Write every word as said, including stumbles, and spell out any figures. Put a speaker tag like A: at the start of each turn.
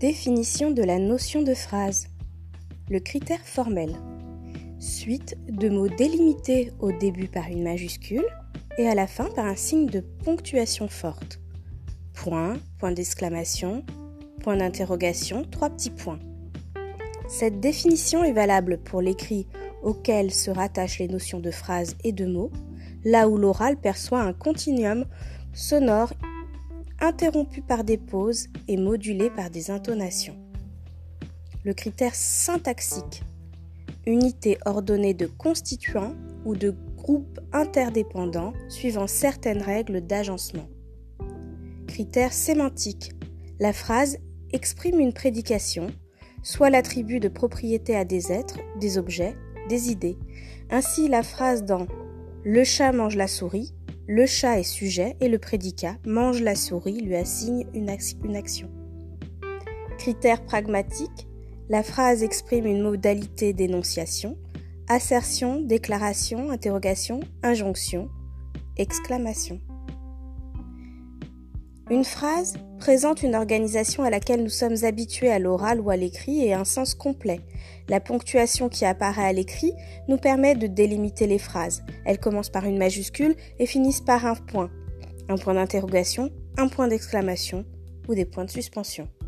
A: Définition de la notion de phrase. Le critère formel. Suite de mots délimités au début par une majuscule et à la fin par un signe de ponctuation forte. Point, point d'exclamation, point d'interrogation, trois petits points. Cette définition est valable pour l'écrit auquel se rattachent les notions de phrase et de mots, là où l'oral perçoit un continuum sonore interrompu par des pauses et modulé par des intonations. Le critère syntaxique. Unité ordonnée de constituants ou de groupes interdépendants suivant certaines règles d'agencement. Critère sémantique. La phrase exprime une prédication, soit l'attribut de propriété à des êtres, des objets, des idées. Ainsi, la phrase dans « Le chat mange la souris », le chat est sujet et le prédicat « mange la souris » lui assigne une action. Critère pragmatique. La phrase exprime une modalité d'énonciation, assertion, déclaration, interrogation, injonction, exclamation. Une phrase présente une organisation à laquelle nous sommes habitués à l'oral ou à l'écrit et un sens complet. La ponctuation qui apparaît à l'écrit nous permet de délimiter les phrases. Elles commencent par une majuscule et finissent par un point, un point d'interrogation, un point d'exclamation ou des points de suspension.